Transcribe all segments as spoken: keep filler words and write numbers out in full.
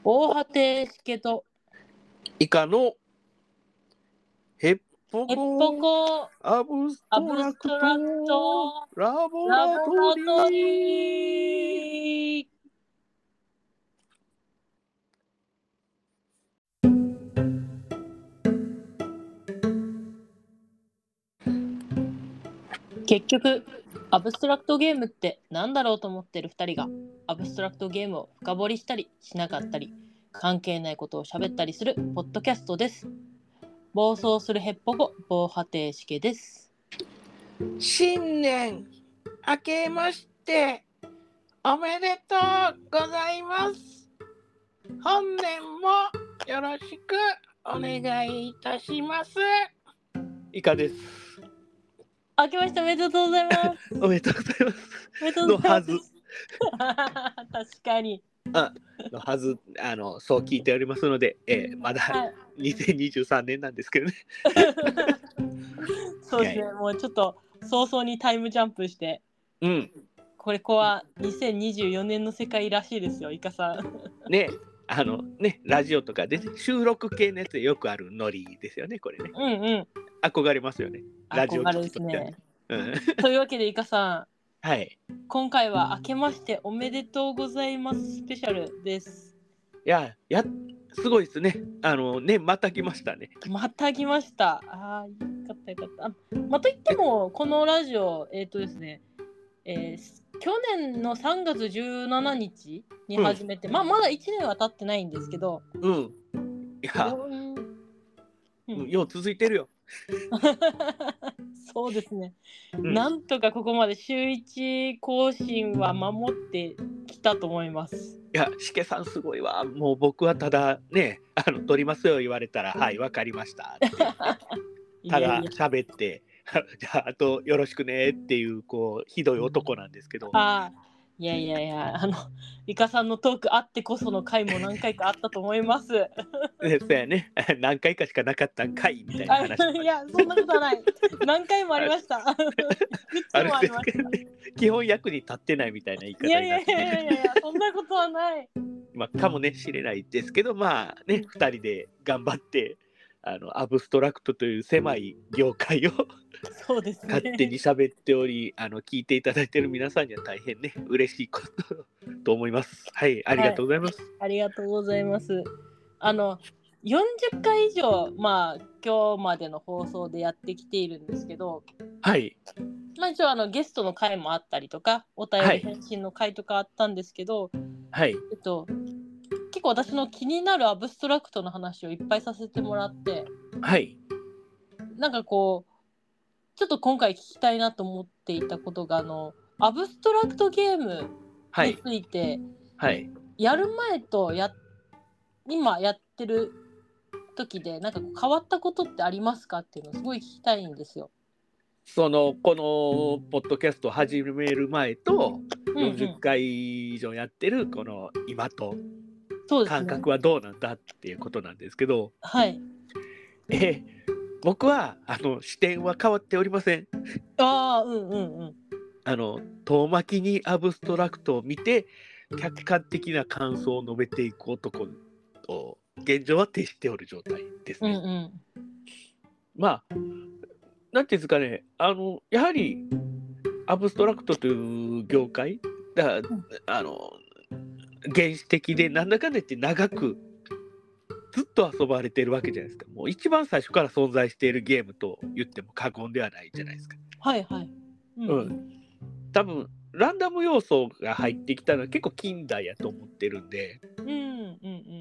大果てしけとイカのヘッポヘッポココアブスアブトラクストラクトトラボララトボラトリー。 リー。結局アブストラクトゲームって何だろうと思ってるふたりがアブストラクトゲームを深掘りしたりしなかったり関係ないことを喋ったりするポッドキャストです。暴走するヘッポコ防波堤しけです。 新年明けましておめでとうございます。本年もよろしくお願いいたします。イカです。 明けましておめでとうございます。 おめでとうございますおめでとうございます。 のはず確かにあのはずあのそう聞いておりますので、えー、まだにせんにじゅうさんねんなんですけどね。 そうですね、もうちょっと早々にタイムジャンプして、 うん、 これこはにせんにじゅうよねんの世界らしいですよ、イカさん。 ね、あのね、ラジオとかで収録系のやつでよくあるノリですよね、これね。 うんうん。 憧れますよね。ラジオ憧れですね。 うん、 というわけでイカさん、はい。 今回は明けましておめでとうございますスペシャルです。 いや、やすごいですね。あのね、また来ましたね。 また来ました。ああ、よかったよかった。あまた言ってもこのラジオえっ、ー、とですね、えー、去年のさんがつじゅうしちにちに始めて、うん、まあまだいちねんは経ってないんですけど、 うん。いや、うん、よう続いてるよ。 そうですね、うん、なんとかここまで週いち更新は守ってきたと思います。 いや、しけさんすごいわ。もう僕はただね、あの撮りますよ言われたら、はい、わかりましたって言って、ただ喋ってじゃああとよろしくねっていうこうひどい男なんですけど。 あいやいやいや、あのイカさんのトークあってこその回も何回かあったと思います。 そうやね、何回かしかなかったんかいみたいな話。 いや、そんなことはない。何回もありました。 あれですけどね、基本役に立ってないみたいな言い方になって、 いやいやいやいや、そんなことはない。 まあかもねしれないですけど、まあね、ふたりで頑張ってあのアブストラクトという狭い業界をそうです、ね、 勝手に喋っており、あの聞いていただいている皆さんには大変ね嬉しいことと思います。はい、ありがとうございます。はい、 ありがとうございます。あのよんじゅっかい以上、まあ今日までの放送でやってきているんですけど、 はい。 まあ一応あのゲストの回もあったりとか、お便り返信の回とかあったんですけど、 はい。 えっと結構私の気になるアブストラクトの話をいっぱいさせてもらって、 はい。 なんかこうちょっと今回聞きたいなと思っていたことが、あのアブストラクトゲームについて、 はい、 やる前とや今やってる時でなんか変わったことってありますかっていうのをすごい聞きたいんですよ。 そのこのポッドキャストを始める前とよんじゅっかい以上やってるこの今と感覚はどうなんだっていうことなんですけど、 はい、 えー、僕はあの視点は変わっておりません。 あー、うんうんうん。 あの遠巻きにアブストラクトを見て客観的な感想を述べていく男と現状は徹しておる状態ですね。うんうん、まあなんていうんですかね、あのやはりアブストラクトという業界だ、あの原始的でなんだかんだ言って長くずっと遊ばれてるわけじゃないですか。もう一番最初から存在しているゲームと言っても過言ではないじゃないですか。 はいはい。 うん、うん、多分ランダム要素が入ってきたのは結構近代やと思ってるんで、うんうんうん、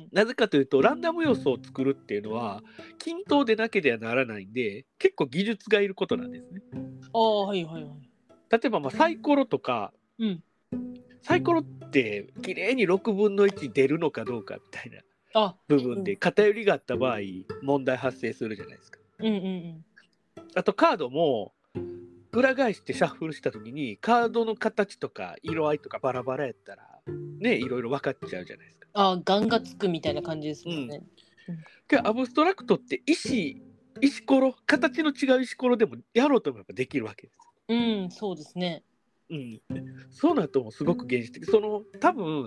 なぜかというとランダム要素を作るっていうのは均等でなければならないんで結構技術がいることなんですね。 ああ、はいはいはい。 例えばまあサイコロとか、うん、サイコロって綺麗にろくぶんのいち出るのかどうかみたいな部分で偏りがあった場合問題発生するじゃないですか。うんうんうん、あとカードも裏返してシャッフルした時にカードの形とか色合いとかバラバラやったらねいろいろ分かっちゃうじゃないですか。 ああ、ガンがつくみたいな感じですもんね。 うん、けどアブストラクトって石石ころ形の違う石ころでもやろうと思えばできるわけです。 うん、そうですね。 うん、そうなるともうすごく原始的。その多分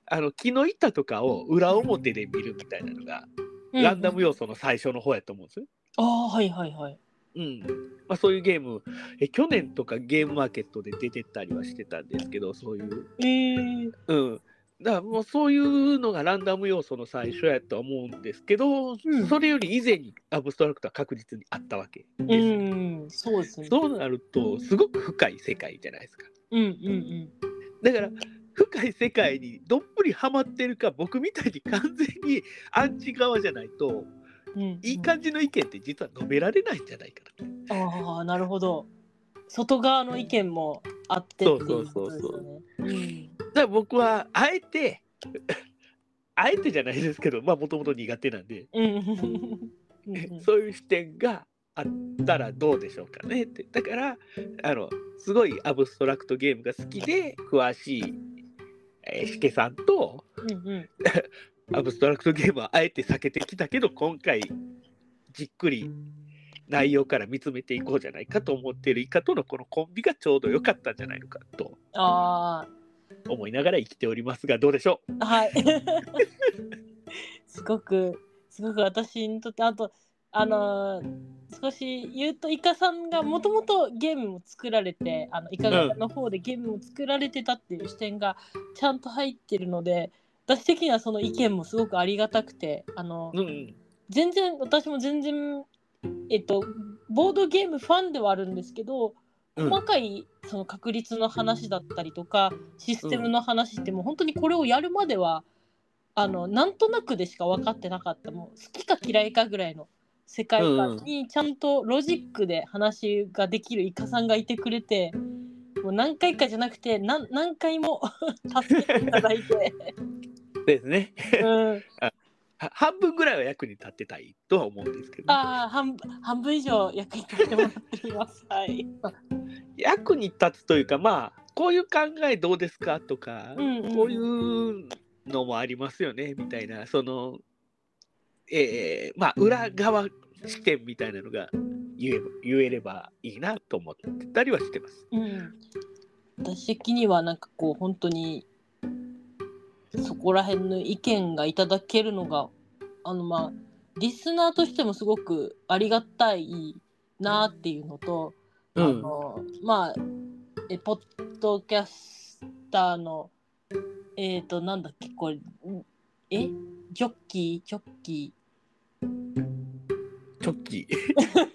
あの木の板とかを裏表で見るみたいなのが、 うん、 ランダム要素の最初の方やと思うんですよ。 ああ、はいはいはい。 うんまあ、そういうゲームえ去年とかゲームマーケットで出てたりはしてたんですけど、そういう、 えー、 うん、だからもうそういうのがランダム要素の最初やとは思うんですけど、 うん、 それより以前にアブストラクトは確実にあったわけうです。 ん、そうですね。 そうなるとすごく深い世界じゃないですか。 うんうんだから深い世界にどっぷりハマってるか、僕みたいに完全にアンチ側じゃないと、 うん。うん、 いい感じの意見って実は述べられないんじゃないかな。 ああ、なるほど。外側の意見もあってっていうことですよね。うん。 だから僕はあえてあえてじゃないですけど、まあもともと苦手なんで、 うんうんうん、 そういう視点があったらどうでしょうかねって。だからあのすごいアブストラクトゲームが好きで詳しい、えー、しけさんと、 うんうん、 アブストラクトゲームはあえて避けてきたけど、今回じっくり内容から見つめていこうじゃないかと思っているイカとのこのコンビがちょうど良かったんじゃないのかとあ思いながら生きておりますが、どうでしょう。 あ、はい。すごくすごく私にとって、あとあのー、少し言うとイカさんがもともとゲームも作られて、あのイカ型の方でゲームも作られてたっていう視点がちゃんと入ってるので、私的にはその意見もすごくありがたくて、あの、 うん、 全然私も全然えっとボードゲームファンではあるんですけど、 うん、 細かいその確率の話だったりとかシステムの話ってもう本当にこれをやるまではあのなんとなくでしか分かってなかった。もう好きか嫌いかぐらいの世界観にちゃんとロジックで話ができるイカさんがいてくれて、もう何回かじゃなくて何何回も助けていただいてですね。 うん、 半分ぐらいは役に立ってたいとは思うんですけど、 ああ、半, 半分以上役に立ってもらっています。はい。 役に立つというか、まあこういう考えどうですかとか、 うんうんうん、 こういうのもありますよねみたいな、その、えー、まあ裏側視点みたいなのが言えば言えればいいなと思ってたりはしてます。 うん、私的にはなんかこう本当にそこら辺の意見がいただけるのが、あのまあリスナーとしてもすごくありがたいなっていうのと、 うん、 あのまあえポッドキャスターのえっ、ー、となんだっけこれえジョッキージョッキーチョッキー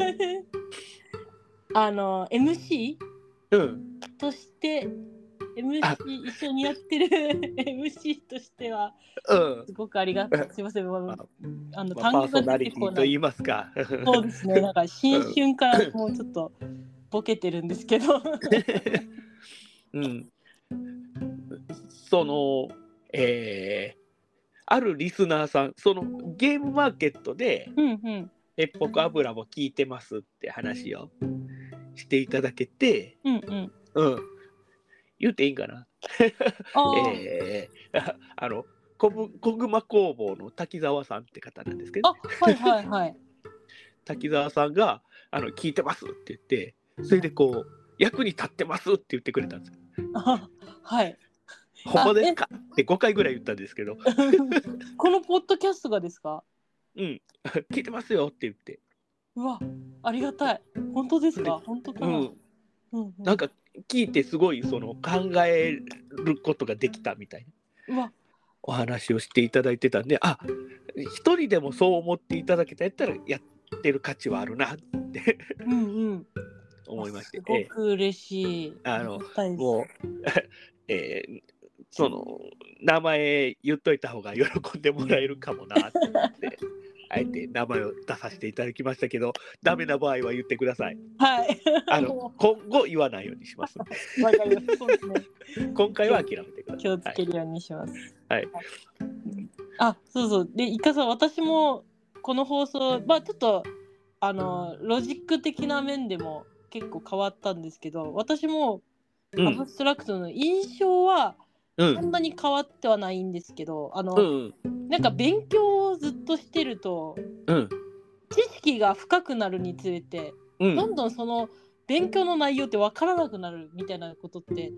あの エムシー、うん、 として エムシー 一緒にやってるエムシー としてはうん、 すごくありがたい。すいません、まあ、あの、 まあ、パーソナリティと言いますか。 そうですね、なんか新春からもうちょっとボケてるんですけどうん、その、えー、あるリスナーさん、そのゲームマーケットで、 うんうん、 えっぽく油も聞いてますって話をしていただけて、 うんうんうん、言うていいんかな。 あ、 えー、あの小熊工房の滝沢さんって方なんですけど、 あ、はいはいはい滝沢さんがあの聞いてますって言って、それでこう役に立ってますって言ってくれたんですよ。 あ、はい。 ほんまですかってごかいぐらい言ったんですけどこのポッドキャストがですか？ うん聞いてますよって言って、 うわ、ありがたい。本当ですか？本当かな、 うんうんうん、 なんか聞いてすごいその考えることができたみたいなうわお話をしていただいてたんで、あ、一人でもそう思っていただけたやったらやってる価値はあるなってうんうん思いまして、 すごく嬉しい。 あのありがたいです。 もう、えー、その名前言っといた方が喜んでもらえるかもなって思ってあえて名前を出させていただきましたけど、ダメな場合は言ってください。 はいあの今後言わないようにします。 わかります。そうですね。 今回は諦めてください。 気をつけるようにします。 はい。はい、 あ、そうそう。で、イカさん、私もこの放送、まあちょっとあのロジック的な面でも結構変わったんですけど、私もアブストラクトの印象はそんなに変わってはないんですけど、あの、うんうん、なんか勉強をずっとしてると、うん、知識が深くなるにつれて、うん、どんどんその勉強の内容って分からなくなるみたいなことって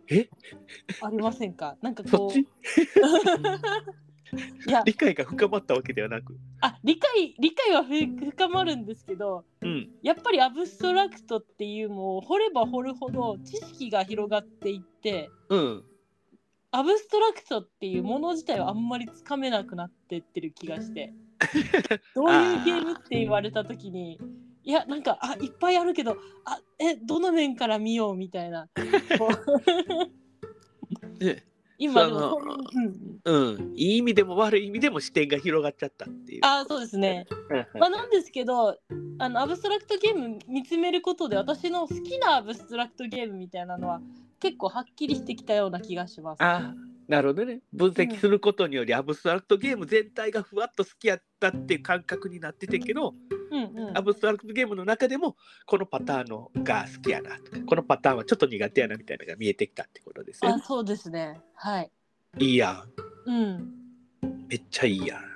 えありませんか？なんかそっちこういや理解が深まったわけではなく。 あ理解理解はふ深まるんですけど、 うん。 やっぱりアブストラクトっていうもう掘れば掘るほど知識が広がっていって、 うん。 アブストラクトっていうもの自体はあんまりつかめなくなってってる気がして、どういうゲームって言われた時に、いやなんかあいっぱいあるけど、あえどの面から見ようみたいなこうね今でもその、 そん、うん、 うん、いい意味でも悪い意味でも視点が広がっちゃったっていう。 あそうですね。まあなんですけど、あのアブストラクトゲーム見つめることで私の好きなアブストラクトゲームみたいなのは結構はっきりしてきたような気がします。 あなるほどね。分析することにより、うん、アブストラクトゲーム全体がふわっと好きやったっていう感覚になっててんけど、 うんうん、 アブストラクトゲームの中でもこのパターンのが好きやなとか、このパターンはちょっと苦手やなみたいなのが見えてきたってことですよね。 あそうですね。はい。 いいやん。うん。 めっちゃいいやん。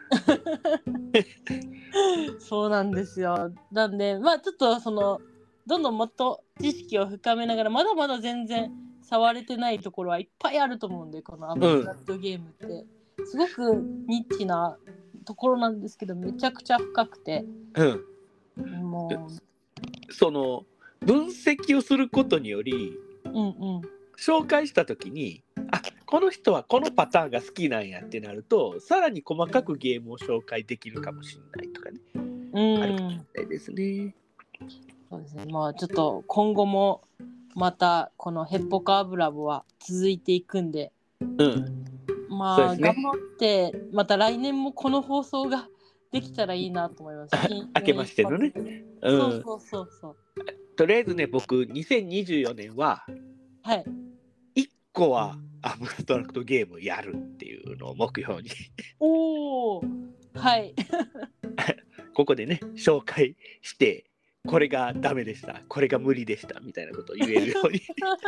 そうなんですよ。なんでまあちょっとそのどんどんもっと知識を深めながら、まだまだ全然触れてないところはいっぱいあると思うんで、このアブストラクトゲームってすごくニッチなところなんですけど、めちゃくちゃ深くて、 うん、 もうその分析をすることにより、 うんうん、 紹介した時にあこの人はこのパターンが好きなんやってなると、さらに細かくゲームを紹介できるかもしれないとかね、 うん、 あるかもしれないですね。 そうですね。まあちょっと今後もまたこのヘッポカアブラボは続いていくんで、 うん、 まあ、 ね、 頑張ってまた来年もこの放送ができたらいいなと思います。 明けましてのね、 うん、そうそうそうそう。 とりあえずね、僕にせんにじゅうよねんは、 はい、 いっこはアブストラクトゲームやるっていうのを目標におおはいここでね紹介して、これがダメでした、これが無理でしたみたいなことを言えるように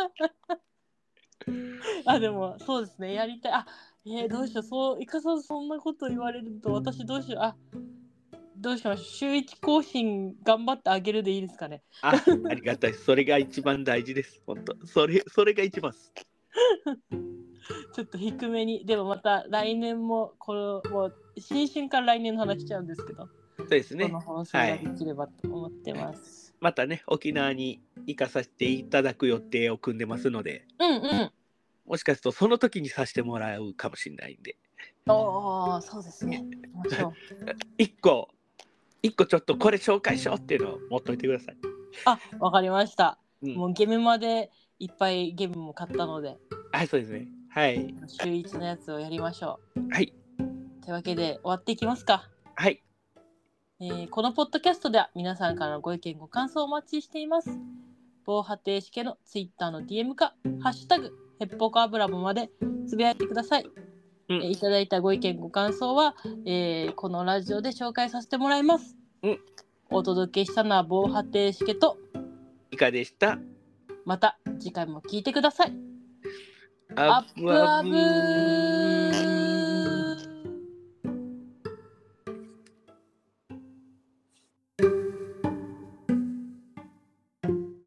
あでもそうですね、やりたい。あえー、どうしよう、そういかさずそんなこと言われると私どうしよう。あどうしましょう、週いち更新頑張ってあげるでいいですかね。 あありがたい、それが一番大事です。本当それそれが一番ですちょっと低めに。でもまた来年もこのもう新春から来年の話しちゃうんですけど、 そうですね、 この放送ができればと思ってます、 はい、またね沖縄に行かさせていただく予定を組んでますので、 うんうんもしかするとその時にさせてもらうかもしれないんで、 おーそうですね、行きましょう一個一個ちょっとこれ紹介しようっていうのを持っといてください。 あわかりました、うん、もうゲームまでいっぱいゲームも買ったので、 はいそうですね、はい週いちのやつをやりましょう。はいというわけで終わっていきますか。 はい、 えー、このポッドキャストでは皆さんからのご意見ご感想をお待ちしています。防波堤式のツイッターの ディーエム かハッシュタグヘッポコアブラボまでつぶやいてください、うん、えー、いただいたご意見ご感想は、えー、このラジオで紹介させてもらいます、うん、お届けしたのは防波堤式といかでした。 また次回も聞いてください。 アップアップ。